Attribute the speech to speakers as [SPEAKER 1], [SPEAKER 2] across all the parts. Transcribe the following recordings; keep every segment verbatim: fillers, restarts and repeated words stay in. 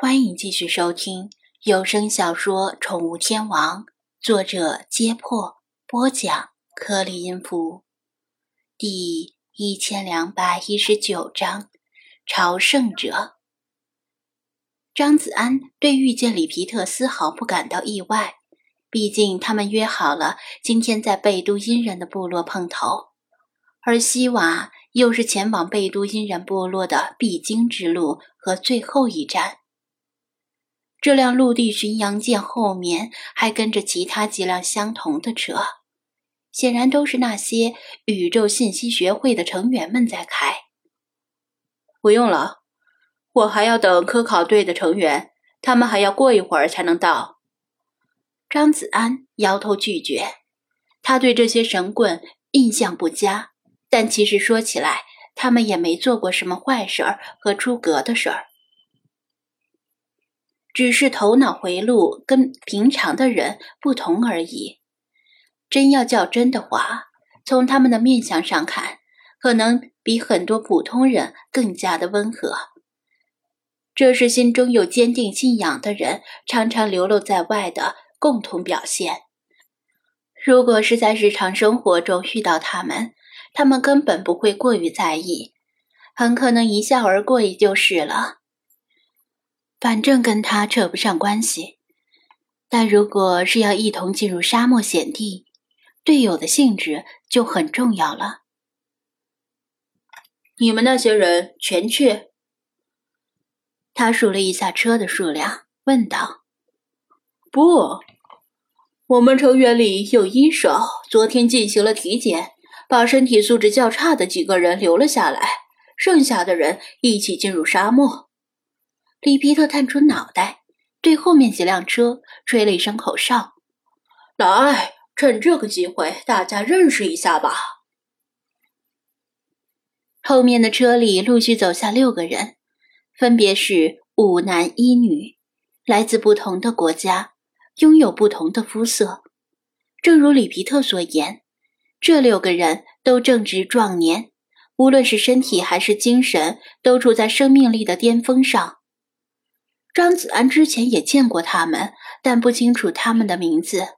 [SPEAKER 1] 欢迎继续收听有声小说《宠物天王》，作者揭破，播讲颗粒音符，第一千两百一十九章朝圣者。张子安对遇见里皮特丝毫不感到意外，毕竟他们约好了今天在贝都因人的部落碰头，而西瓦又是前往贝都因人部落的必经之路和最后一站。这辆陆地巡洋舰后面还跟着其他几辆相同的车，显然都是那些宇宙信息学会的成员们在开。
[SPEAKER 2] 不用了，我还要等科考队的成员，他们还要过一会儿才能到。
[SPEAKER 1] 张子安摇头拒绝，他对这些神棍印象不佳，但其实说起来，他们也没做过什么坏事儿和出格的事儿。只是头脑回路跟平常的人不同而已。真要较真的话，从他们的面相上看，可能比很多普通人更加的温和。这是心中有坚定信仰的人常常流露在外的共同表现。如果是在日常生活中遇到他们，他们根本不会过于在意，很可能一笑而过也就是了。反正跟他扯不上关系，但如果是要一同进入沙漠险地，队友的性质就很重要了。
[SPEAKER 2] 你们那些人全去？
[SPEAKER 1] 他数了一下车的数量，问道。
[SPEAKER 2] 不，我们成员里有一手昨天进行了体检，把身体素质较差的几个人留了下来，剩下的人一起进入沙漠。
[SPEAKER 1] 里皮特探出脑袋，对后面几辆车吹了一声口哨。
[SPEAKER 2] 来，趁这个机会大家认识一下吧。
[SPEAKER 1] 后面的车里陆续走下六个人，分别是五男一女，来自不同的国家，拥有不同的肤色。正如里皮特所言，这六个人都正值壮年，无论是身体还是精神，都处在生命力的巅峰上。张子安之前也见过他们，但不清楚他们的名字。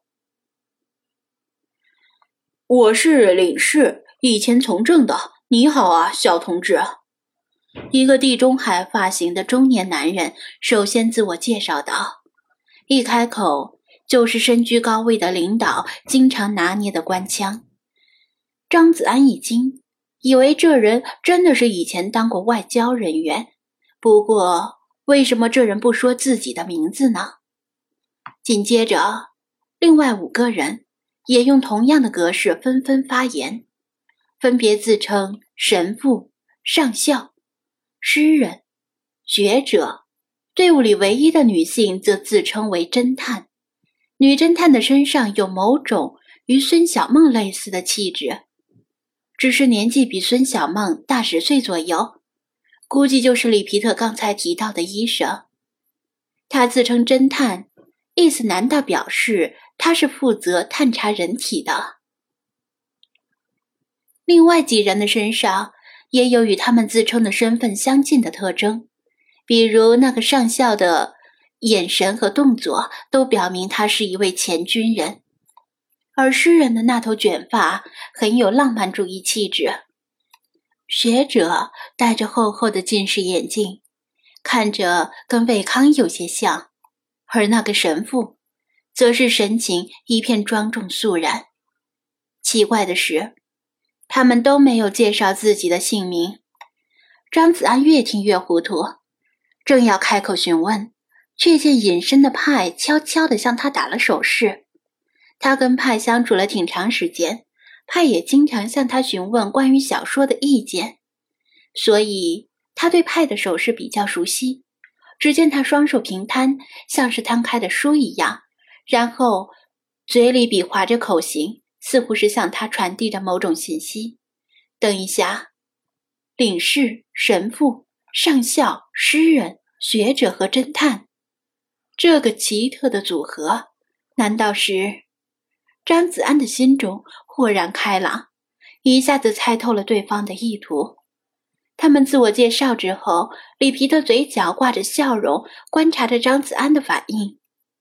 [SPEAKER 2] 我是领事，以前从政的。你好啊，小同志。
[SPEAKER 1] 一个地中海发型的中年男人首先自我介绍道，一开口就是身居高位的领导经常拿捏的官腔。张子安一惊，以为这人真的是以前当过外交人员，不过为什么这人不说自己的名字呢？紧接着，另外五个人也用同样的格式纷纷发言，分别自称神父、上校、诗人、学者。队伍里唯一的女性则自称为侦探。女侦探的身上有某种与孙小梦类似的气质，只是年纪比孙小梦大十岁左右，估计就是里皮特刚才提到的医生。他自称侦探，意思难道表示他是负责探查人体的？另外几人的身上也有与他们自称的身份相近的特征，比如那个上校的眼神和动作都表明他是一位前军人，而诗人的那头卷发很有浪漫主义气质。学者戴着厚厚的近视眼镜，看着跟魏康有些像，而那个神父则是神情一片庄重肃然。奇怪的是，他们都没有介绍自己的姓名。张子安越听越糊涂，正要开口询问，却见隐身的派悄悄地向他打了手势。他跟派相处了挺长时间，派也经常向他询问关于小说的意见，所以他对派的手势比较熟悉。只见他双手平摊，像是摊开的书一样，然后嘴里比划着口型，似乎是向他传递着某种信息。等一下，领事、神父、上校、诗人、学者和侦探，这个奇特的组合，难道是……张子安的心中豁然开朗，一下子猜透了对方的意图。 他们自我介绍之后，里皮特嘴角挂着笑容，观察着张子安的反应。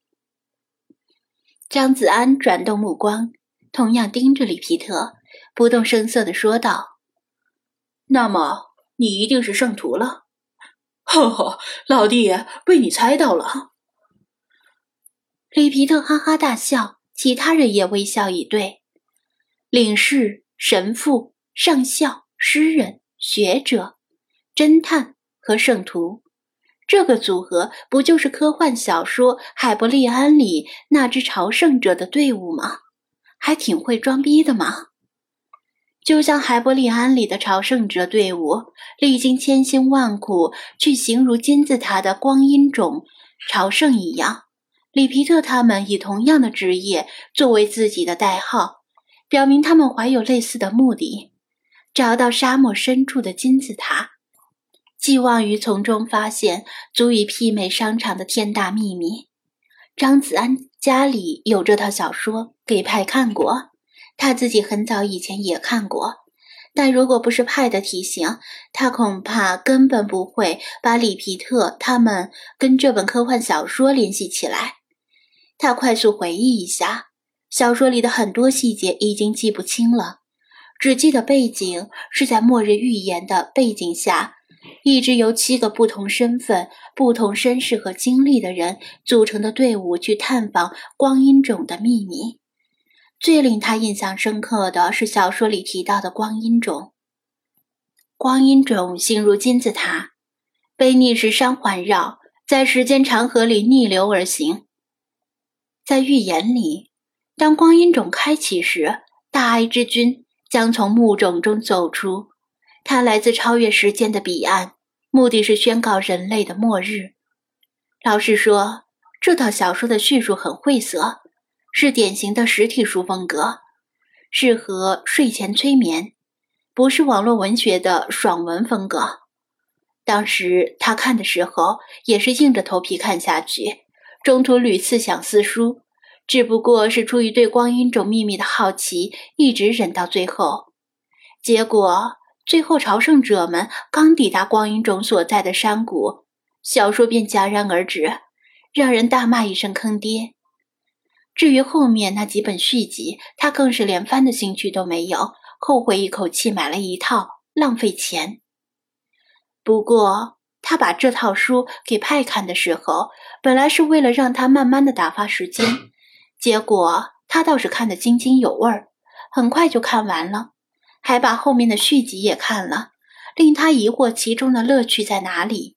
[SPEAKER 1] 张子安转动目光，同样盯着里皮特，不动声色地说道：
[SPEAKER 2] 那么你一定是圣徒了。呵呵，老弟被你猜到了。
[SPEAKER 1] 里皮特哈哈大笑，其他人也微笑以对。领事、神父、上校、诗人、学者、侦探和圣徒，这个组合不就是科幻小说《海伯利安》里那支朝圣者的队伍吗？还挺会装逼的嘛。就像海伯利安里的朝圣者队伍，历经千辛万苦去形如金字塔的光阴种朝圣一样，里皮特他们以同样的职业作为自己的代号，表明他们怀有类似的目的，找到沙漠深处的金字塔，寄望于从中发现足以媲美商场的天大秘密。张子安家里有这套小说，给派看过，他自己很早以前也看过，但如果不是派的提醒，他恐怕根本不会把里皮特他们跟这本科幻小说联系起来。他快速回忆一下，小说里的很多细节已经记不清了，只记得背景是在末日预言的背景下，一支由七个不同身份、不同身世和经历的人组成的队伍去探访光阴种的秘密。最令他印象深刻的是小说里提到的光阴种。光阴种形如金字塔，被逆时山环绕，在时间长河里逆流而行。在预言里，当光阴种开启时，大爱之君将从木种中走出，他来自超越时间的彼岸，目的是宣告人类的末日。老实说，这套小说的叙述很晦涩，是典型的实体书风格，适合睡前催眠，不是网络文学的爽文风格。当时他看的时候也是硬着头皮看下去，中途屡次想撕书，只不过是出于对光阴种秘密的好奇，一直忍到最后。结果最后朝圣者们刚抵达光阴种所在的山谷，小说便戛然而止，让人大骂一声坑爹。至于后面那几本续集，他更是连翻的兴趣都没有，后悔一口气买了一套，浪费钱。不过他把这套书给派看的时候，本来是为了让他慢慢的打发时间，结果他倒是看得津津有味儿，很快就看完了，还把后面的续集也看了，令他疑惑其中的乐趣在哪里。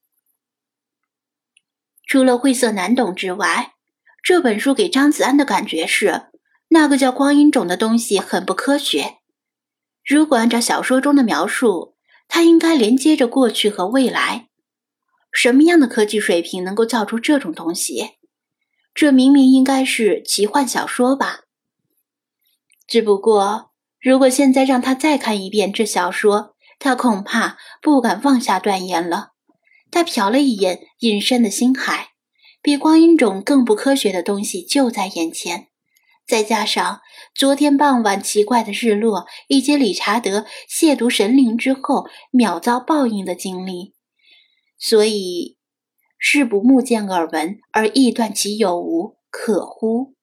[SPEAKER 1] 除了晦涩难懂之外，这本书给张子安的感觉是，那个叫光阴种的东西很不科学。如果按照小说中的描述，它应该连接着过去和未来。什么样的科技水平能够造出这种东西？这明明应该是奇幻小说吧？只不过，如果现在让他再看一遍这小说，他恐怕不敢放下断言了。他瞟了一眼隐身的星海，比光阴种更不科学的东西就在眼前，再加上昨天傍晚奇怪的日落，以及理查德亵渎神灵之后秒遭报应的经历，所以事不目见耳闻，而臆断其有无，可乎？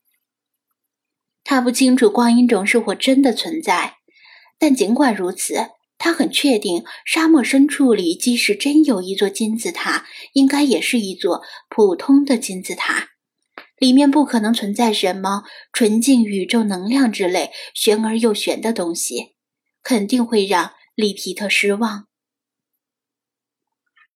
[SPEAKER 1] 他不清楚光阴种是否真的存在，但尽管如此，他很确定沙漠深处里即使真有一座金字塔，应该也是一座普通的金字塔，里面不可能存在什么纯净宇宙能量之类玄而又玄的东西，肯定会让里皮特失望。